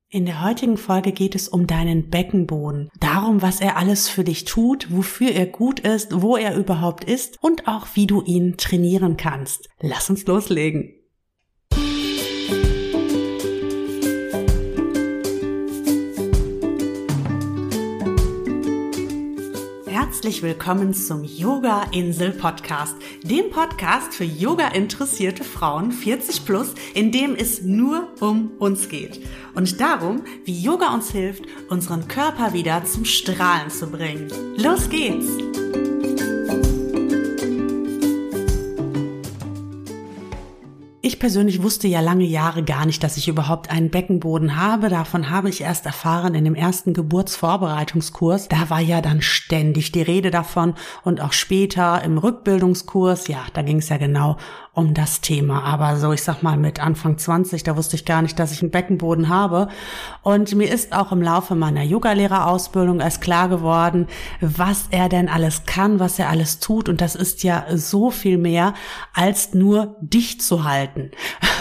In der heutigen Folge geht es um deinen Beckenboden, darum, was er alles für dich tut, wofür er gut ist, wo er überhaupt ist und auch wie du ihn trainieren kannst. Lass uns loslegen. Herzlich willkommen zum Yoga-Insel-Podcast, dem Podcast für Yoga-interessierte Frauen 40+, in dem es nur um uns geht und darum, wie Yoga uns hilft, unseren Körper wieder zum Strahlen zu bringen. Los geht's! Ich persönlich wusste ja lange Jahre gar nicht, dass ich überhaupt einen Beckenboden habe. Davon habe ich erst erfahren in dem ersten Geburtsvorbereitungskurs. Da war ja dann ständig die Rede davon und auch später im Rückbildungskurs. Ja, da ging es ja genau um das Thema. Aber so, ich sag mal, mit Anfang 20, da wusste ich gar nicht, dass ich einen Beckenboden habe. Und mir ist auch im Laufe meiner Yogalehrerausbildung erst klar geworden, was er denn alles kann, was er alles tut. Und das ist ja so viel mehr, als nur dicht zu halten.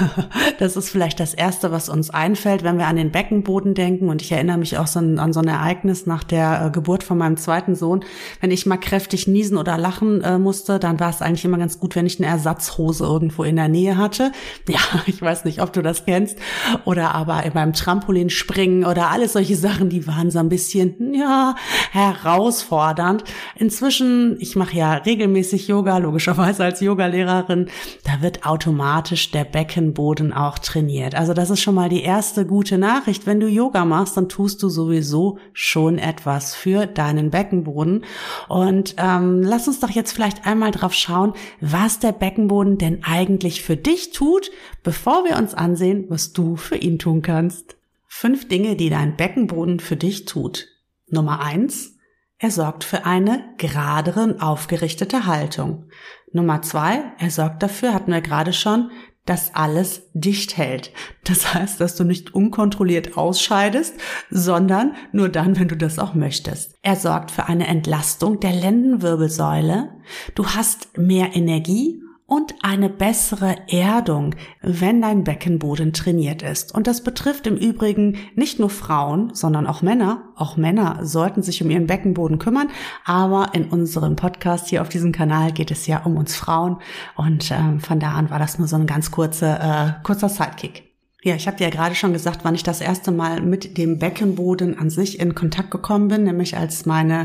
Das ist vielleicht das Erste, was uns einfällt, wenn wir an den Beckenboden denken. Und ich erinnere mich auch an so ein Ereignis nach der Geburt von meinem zweiten Sohn. Wenn ich mal kräftig niesen oder lachen musste, dann war es eigentlich immer ganz gut, wenn ich eine Ersatzhose irgendwo in der Nähe hatte. Ja, ich weiß nicht, ob du das kennst. Oder aber beim Trampolinspringen oder alles solche Sachen, die waren so ein bisschen, ja, herausfordernd. Inzwischen, ich mache ja regelmäßig Yoga, logischerweise als Yogalehrerin, da wird automatisch der Beckenboden auch trainiert. Also das ist schon mal die erste gute Nachricht. Wenn du Yoga machst, dann tust du sowieso schon etwas für deinen Beckenboden. Und lass uns doch jetzt vielleicht einmal drauf schauen, was der Beckenboden denn eigentlich für dich tut, bevor wir uns ansehen, was du für ihn tun kannst. 5 Dinge, die dein Beckenboden für dich tut. Nummer 1, er sorgt für eine geradere und aufgerichtete Haltung. Nummer 2, er sorgt dafür, hatten wir gerade schon, dass alles dicht hält. Das heißt, dass du nicht unkontrolliert ausscheidest, sondern nur dann, wenn du das auch möchtest. Er sorgt für eine Entlastung der Lendenwirbelsäule. Du hast mehr Energie und eine bessere Erdung, wenn dein Beckenboden trainiert ist. Und das betrifft im Übrigen nicht nur Frauen, sondern auch Männer. Auch Männer sollten sich um ihren Beckenboden kümmern. Aber in unserem Podcast hier auf diesem Kanal geht es ja um uns Frauen. Und von da an war das nur so ein ganz kurzer Sidekick. Ja, ich habe dir ja gerade schon gesagt, wann ich das erste Mal mit dem Beckenboden an sich in Kontakt gekommen bin, nämlich als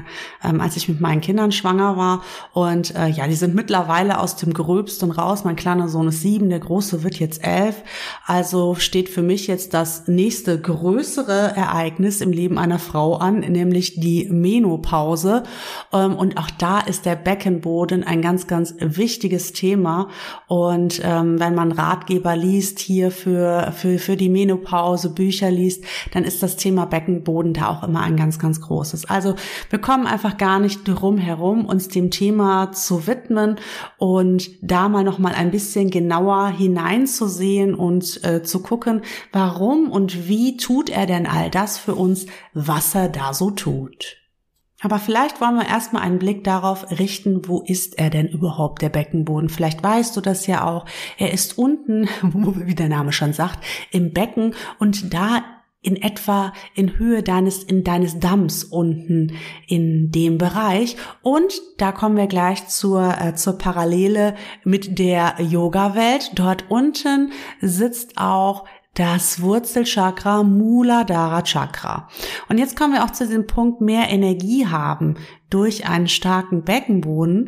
ich mit meinen Kindern schwanger war. Und die sind mittlerweile aus dem Gröbsten raus. Mein kleiner Sohn ist 7, der große wird jetzt 11. Also steht für mich jetzt das nächste größere Ereignis im Leben einer Frau an, nämlich die Menopause. Und auch da ist der Beckenboden ein ganz, ganz wichtiges Thema. Und wenn man Ratgeber liest hier für die Menopause, Bücher liest, dann ist das Thema Beckenboden da auch immer ein ganz, ganz großes. Also wir kommen einfach gar nicht drum herum, uns dem Thema zu widmen und da noch mal ein bisschen genauer hineinzusehen und zu gucken, warum und wie tut er denn all das für uns, was er da so tut. Aber vielleicht wollen wir erstmal einen Blick darauf richten, wo ist er denn überhaupt, der Beckenboden? Vielleicht weißt du das ja auch. Er ist unten, wie der Name schon sagt, im Becken und da in etwa in Höhe deines Damms unten in dem Bereich. Und da kommen wir gleich zur Parallele mit der Yoga-Welt. Dort unten sitzt auch das Wurzelchakra, Muladhara Chakra. Und jetzt kommen wir auch zu dem Punkt, mehr Energie haben durch einen starken Beckenboden.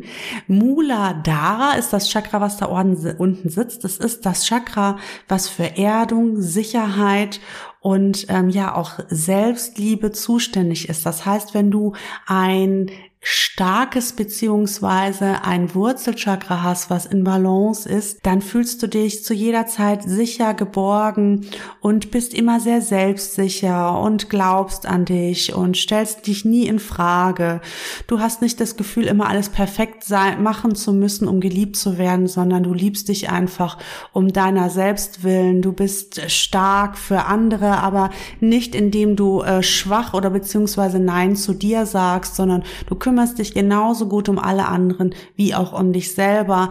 Muladhara ist das Chakra, was da unten sitzt. Das ist das Chakra, was für Erdung, Sicherheit und auch Selbstliebe zuständig ist. Das heißt, wenn du ein starkes beziehungsweise ein Wurzelchakra hast, was in Balance ist, dann fühlst du dich zu jeder Zeit sicher, geborgen und bist immer sehr selbstsicher und glaubst an dich und stellst dich nie in Frage. Du hast nicht das Gefühl, immer alles perfekt machen zu müssen, um geliebt zu werden, sondern du liebst dich einfach um deiner selbst willen. Du bist stark für andere, aber nicht indem du schwach oder beziehungsweise Nein zu dir sagst, sondern du kümmerst dich genauso gut um alle anderen wie auch um dich selber.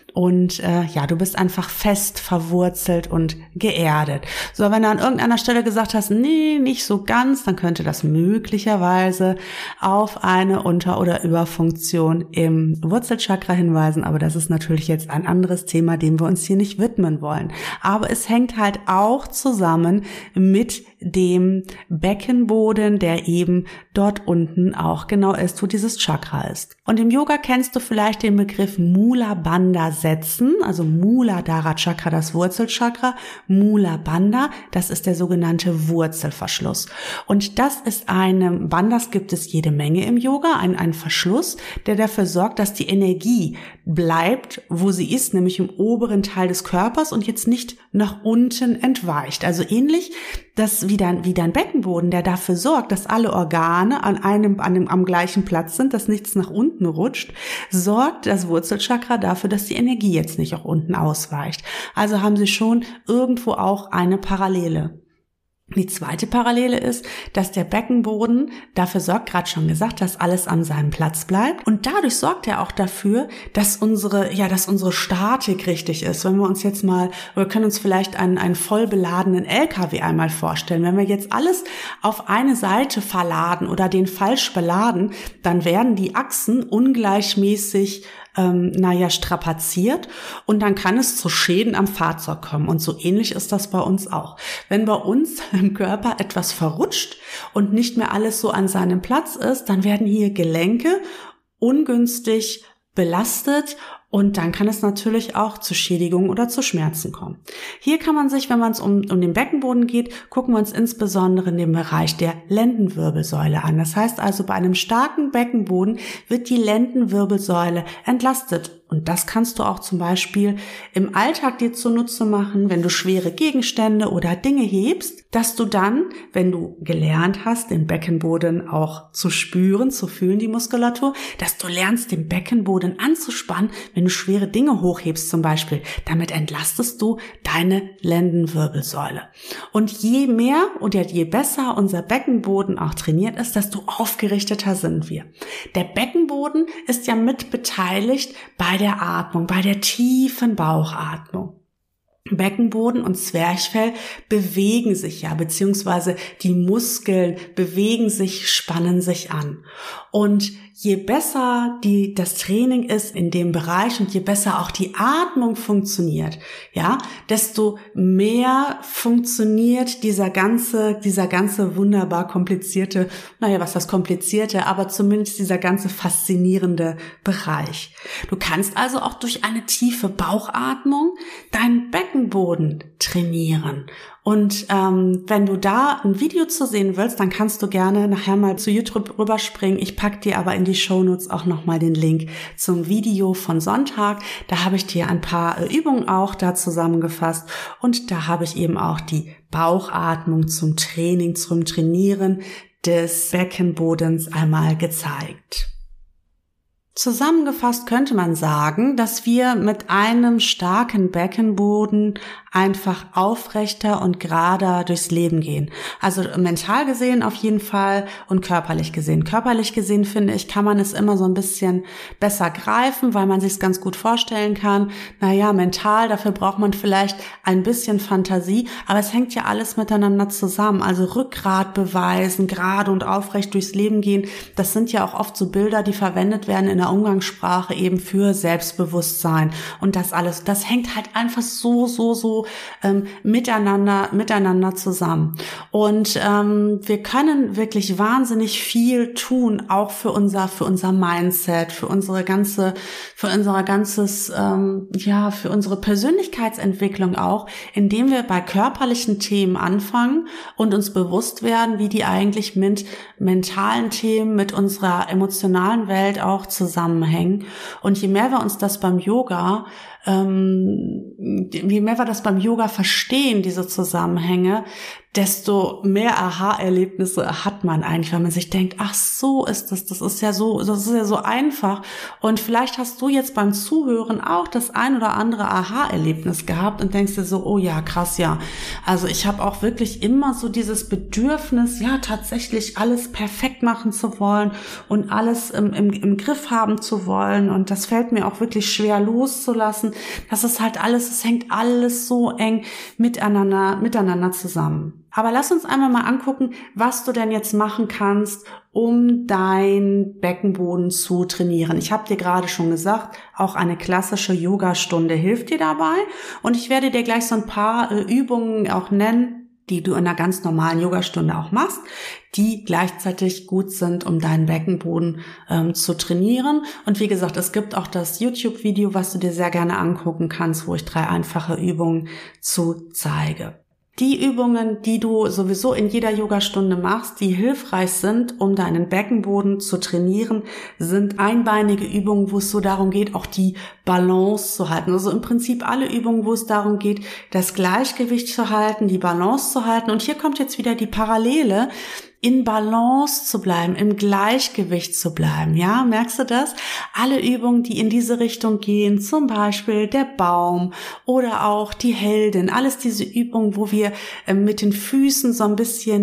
und ja, du bist einfach fest verwurzelt und geerdet. So, wenn du an irgendeiner Stelle gesagt hast, nee, nicht so ganz, dann könnte das möglicherweise auf eine Unter- oder Überfunktion im Wurzelchakra hinweisen, aber das ist natürlich jetzt ein anderes Thema, dem wir uns hier nicht widmen wollen. Aber es hängt halt auch zusammen mit dem Beckenboden, der eben dort unten auch genau ist, wo dieses Chakra ist. Und im Yoga kennst du vielleicht den Begriff Mula Bandha setzen, also Muladhara Chakra, das Wurzelchakra, Mula Bandha, das ist der sogenannte Wurzelverschluss. Und das ist Bandhas gibt es jede Menge im Yoga, ein Verschluss, der dafür sorgt, dass die Energie bleibt, wo sie ist, nämlich im oberen Teil des Körpers und jetzt nicht nach unten entweicht. Also ähnlich wie dein Beckenboden, der dafür sorgt, dass alle Organe am gleichen Platz sind, dass nichts nach unten rutscht, sorgt das Wurzelchakra dafür, dass die Energie jetzt nicht auch unten ausweicht. Also haben sie schon irgendwo auch eine Parallele. Die zweite Parallele ist, dass der Beckenboden dafür sorgt, gerade schon gesagt, dass alles an seinem Platz bleibt. Und dadurch sorgt er auch dafür, dass unsere Statik richtig ist. Wenn wir uns jetzt wir können uns vielleicht einen voll beladenen LKW einmal vorstellen. Wenn wir jetzt alles auf eine Seite verladen oder den falsch beladen, dann werden die Achsen ungleichmäßig strapaziert und dann kann es zu Schäden am Fahrzeug kommen. Und so ähnlich ist das bei uns auch. Wenn bei uns im Körper etwas verrutscht und nicht mehr alles so an seinem Platz ist, dann werden hier Gelenke ungünstig belastet und dann kann es natürlich auch zu Schädigungen oder zu Schmerzen kommen. Hier kann man sich, wenn man es um den Beckenboden geht, gucken wir uns insbesondere in dem Bereich der Lendenwirbelsäule an. Das heißt also, bei einem starken Beckenboden wird die Lendenwirbelsäule entlastet. Und das kannst du auch zum Beispiel im Alltag dir zunutze machen, wenn du schwere Gegenstände oder Dinge hebst, dass du dann, wenn du gelernt hast, den Beckenboden auch zu spüren, zu fühlen, die Muskulatur, dass du lernst, den Beckenboden anzuspannen, wenn du schwere Dinge hochhebst zum Beispiel. Damit entlastest du deine Lendenwirbelsäule. Und je mehr oder je besser unser Beckenboden auch trainiert ist, desto aufgerichteter sind wir. Der Beckenboden ist ja mit beteiligt bei der Atmung, bei der tiefen Bauchatmung. Beckenboden und Zwerchfell bewegen sich ja, beziehungsweise die Muskeln bewegen sich, spannen sich an. Und je besser das Training ist in dem Bereich und je besser auch die Atmung funktioniert, ja, desto mehr funktioniert dieser ganze wunderbar komplizierte, was das komplizierte, aber zumindest dieser ganze faszinierende Bereich. Du kannst also auch durch eine tiefe Bauchatmung deinen Beckenboden trainieren. Und wenn du da ein Video zu sehen willst, dann kannst du gerne nachher mal zu YouTube rüberspringen. Ich pack dir aber in die Shownotes auch nochmal den Link zum Video von Sonntag. Da habe ich dir ein paar Übungen auch da zusammengefasst und da habe ich eben auch die Bauchatmung zum Training, zum Trainieren des Beckenbodens einmal gezeigt. Zusammengefasst könnte man sagen, dass wir mit einem starken Beckenboden einfach aufrechter und gerader durchs Leben gehen. Also mental gesehen auf jeden Fall und körperlich gesehen. Körperlich gesehen, finde ich, kann man es immer so ein bisschen besser greifen, weil man sich es ganz gut vorstellen kann. Mental, dafür braucht man vielleicht ein bisschen Fantasie, aber es hängt ja alles miteinander zusammen. Also Rückgrat beweisen, gerade und aufrecht durchs Leben gehen, das sind ja auch oft so Bilder, die verwendet werden in der Umgangssprache eben für Selbstbewusstsein. Und das alles, das hängt halt einfach so miteinander zusammen. Und wir können wirklich wahnsinnig viel tun, auch für unser Mindset, für unsere Persönlichkeitsentwicklung auch, indem wir bei körperlichen Themen anfangen und uns bewusst werden, wie die eigentlich mit mentalen Themen, mit unserer emotionalen Welt auch zusammenhängen. Und je mehr wir uns das beim Yoga verstehen, diese Zusammenhänge, desto mehr Aha-Erlebnisse hat man eigentlich, weil man sich denkt, ach so ist das ist ja so einfach. Und vielleicht hast du jetzt beim Zuhören auch das ein oder andere Aha-Erlebnis gehabt und denkst dir so, oh ja, krass, ja. Also ich habe auch wirklich immer so dieses Bedürfnis, ja, tatsächlich alles perfekt machen zu wollen und alles im Griff haben zu wollen. Und das fällt mir auch wirklich schwer loszulassen. Das ist halt alles, es hängt alles so eng miteinander zusammen. Aber lass uns einmal mal angucken, was du denn jetzt machen kannst, um deinen Beckenboden zu trainieren. Ich habe dir gerade schon gesagt, auch eine klassische Yogastunde hilft dir dabei. Und ich werde dir gleich so ein paar Übungen auch nennen, die du in einer ganz normalen Yogastunde auch machst, die gleichzeitig gut sind, um deinen Beckenboden zu trainieren. Und wie gesagt, es gibt auch das YouTube-Video, was du dir sehr gerne angucken kannst, wo ich 3 einfache Übungen zu zeige. Die Übungen, die du sowieso in jeder Yogastunde machst, die hilfreich sind, um deinen Beckenboden zu trainieren, sind einbeinige Übungen, wo es so darum geht, auch die Balance zu halten. Also im Prinzip alle Übungen, wo es darum geht, das Gleichgewicht zu halten, die Balance zu halten. Und hier kommt jetzt wieder die Parallele, in Balance zu bleiben, im Gleichgewicht zu bleiben. Ja, merkst du das? Alle Übungen, die in diese Richtung gehen, zum Beispiel der Baum oder auch die Heldin, alles diese Übungen, wo wir mit den Füßen so ein bisschen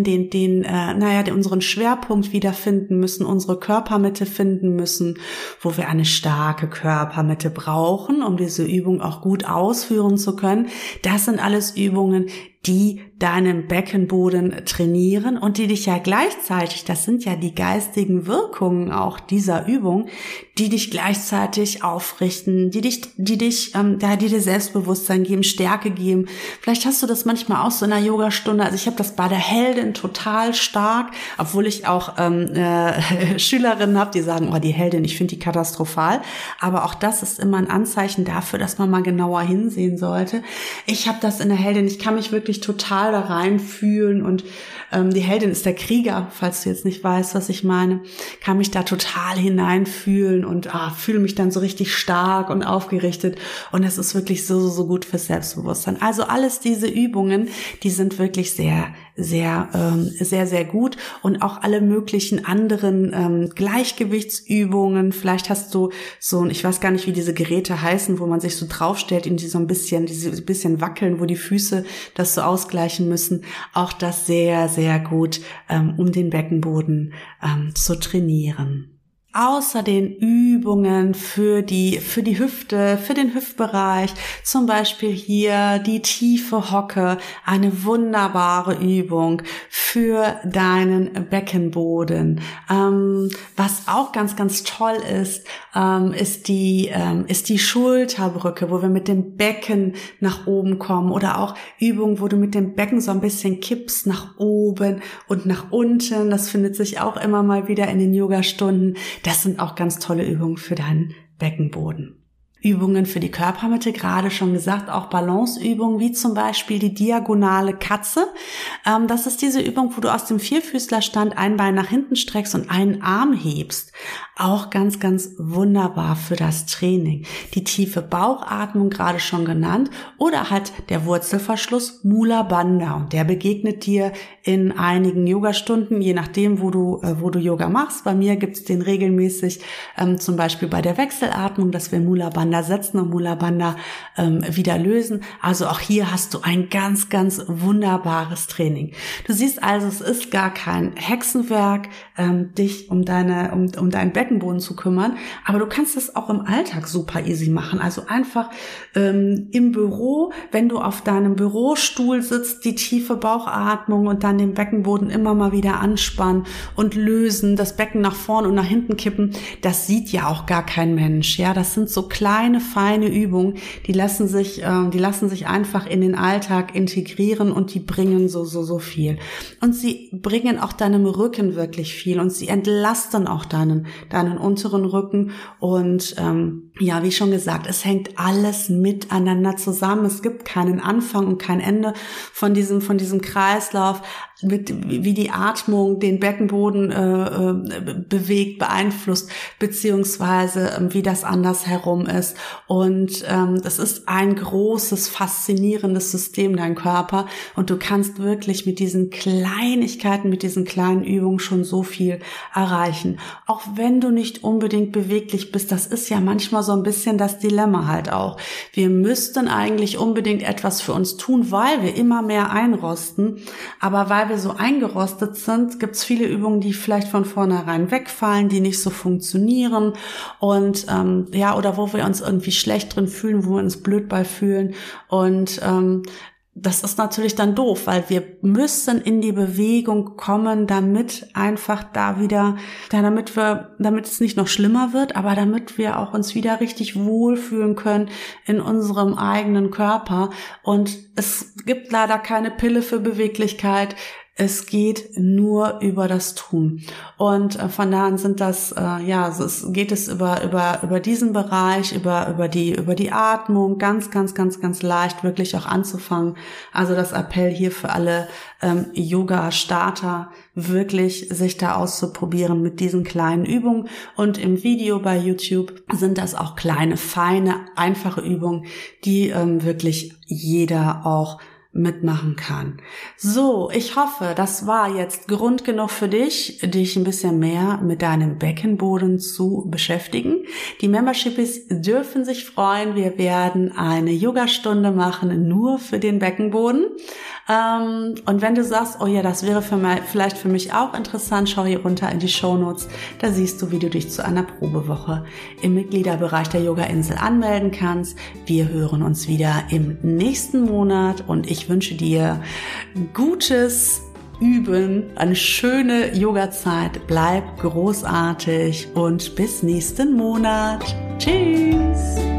unseren Schwerpunkt wiederfinden müssen, unsere Körpermitte finden müssen, wo wir eine starke Körpermitte brauchen, um diese Übung auch gut ausführen zu können. Das sind alles Übungen, die deinen Beckenboden trainieren und die dich ja gleichzeitig, das sind ja die geistigen Wirkungen auch dieser Übung, die dich gleichzeitig aufrichten, die dir Selbstbewusstsein geben, Stärke geben. Vielleicht hast du das manchmal auch so in einer Yogastunde. Also ich habe das bei der Heldin total stark, obwohl ich auch Schülerinnen habe, die sagen, oh, die Heldin, ich finde die katastrophal. Aber auch das ist immer ein Anzeichen dafür, dass man mal genauer hinsehen sollte. Ich habe das in der Heldin, ich kann mich wirklich total da reinfühlen und die Heldin ist der Krieger, falls du jetzt nicht weißt, was ich meine, kann mich da total hineinfühlen und fühle mich dann so richtig stark und aufgerichtet und es ist wirklich so gut fürs Selbstbewusstsein. Also alles diese Übungen, die sind wirklich sehr gut und auch alle möglichen anderen Gleichgewichtsübungen. Vielleicht hast du ich weiß gar nicht, wie diese Geräte heißen, wo man sich so draufstellt, die so ein bisschen wackeln, wo die Füße das so ausgleichen müssen. Auch das sehr gut, um den Beckenboden zu trainieren. Außer den Übungen für die Hüfte, für den Hüftbereich, zum Beispiel hier die tiefe Hocke, eine wunderbare Übung für deinen Beckenboden. Was auch ganz toll ist die Schulterbrücke, wo wir mit dem Becken nach oben kommen, oder auch Übungen, wo du mit dem Becken so ein bisschen kippst nach oben und nach unten. Das findet sich auch immer mal wieder in den Yogastunden. Das sind auch ganz tolle Übungen für deinen Beckenboden. Übungen für die Körpermitte, gerade schon gesagt, auch Balanceübungen, wie zum Beispiel die diagonale Katze. Das ist diese Übung, wo du aus dem Vierfüßlerstand ein Bein nach hinten streckst und einen Arm hebst. Auch ganz wunderbar für das Training. Die tiefe Bauchatmung, gerade schon genannt, oder halt der Wurzelverschluss Mula Bandha. Und der begegnet dir in einigen Yogastunden, je nachdem, wo du Yoga machst. Bei mir gibt's den regelmäßig, zum Beispiel bei der Wechselatmung, dass wir Mula Bandha setzen und Mula Bandha wieder lösen. Also auch hier hast du ein ganz wunderbares Training. Du siehst also, es ist gar kein Hexenwerk, dich um deinen Beckenboden zu kümmern, aber du kannst es auch im Alltag super easy machen. Also einfach im Büro, wenn du auf deinem Bürostuhl sitzt, die tiefe Bauchatmung und dann den Beckenboden immer mal wieder anspannen und lösen, das Becken nach vorn und nach hinten kippen. Das sieht ja auch gar kein Mensch. Ja, das sind so kleine, feine Übungen, die lassen sich einfach in den Alltag integrieren und die bringen so viel. Und sie bringen auch deinem Rücken wirklich viel und sie entlasten auch deinen unteren Rücken und wie schon gesagt, es hängt alles miteinander zusammen. Es gibt keinen Anfang und kein Ende von diesem Kreislauf. wie die Atmung den Beckenboden bewegt, beeinflusst, beziehungsweise wie das andersherum ist. Und das ist ein großes, faszinierendes System, dein Körper. Und du kannst wirklich mit diesen Kleinigkeiten, mit diesen kleinen Übungen schon so viel erreichen. Auch wenn du nicht unbedingt beweglich bist, das ist ja manchmal so ein bisschen das Dilemma halt auch. Wir müssten eigentlich unbedingt etwas für uns tun, weil wir immer mehr einrosten. Aber weil wir so eingerostet sind, gibt es viele Übungen, die vielleicht von vornherein wegfallen, die nicht so funktionieren und oder wo wir uns irgendwie schlecht drin fühlen, wo wir uns blöd bei fühlen und das ist natürlich dann doof, weil wir müssen in die Bewegung kommen, damit einfach damit es nicht noch schlimmer wird, aber damit wir auch uns wieder richtig wohlfühlen können in unserem eigenen Körper. Und es gibt leider keine Pille für Beweglichkeit. Es geht nur über das Tun. Und von da an geht es über diesen Bereich, über die Atmung ganz, ganz, ganz, ganz leicht wirklich auch anzufangen. Also das Appell hier für alle Yoga-Starter, wirklich sich da auszuprobieren mit diesen kleinen Übungen. Und im Video bei YouTube sind das auch kleine, feine, einfache Übungen, die wirklich jeder auch mitmachen kann. So, ich hoffe, das war jetzt Grund genug für dich ein bisschen mehr mit deinem Beckenboden zu beschäftigen. Die Membershipies dürfen sich freuen. Wir werden eine Yogastunde machen, nur für den Beckenboden. Und wenn du sagst, oh ja, das wäre vielleicht für mich auch interessant, schau hier runter in die Shownotes. Da siehst du, wie du dich zu einer Probewoche im Mitgliederbereich der Yoga-Insel anmelden kannst. Wir hören uns wieder im nächsten Monat und ich wünsche dir gutes Üben, eine schöne Yoga-Zeit. Bleib großartig und bis nächsten Monat. Tschüss!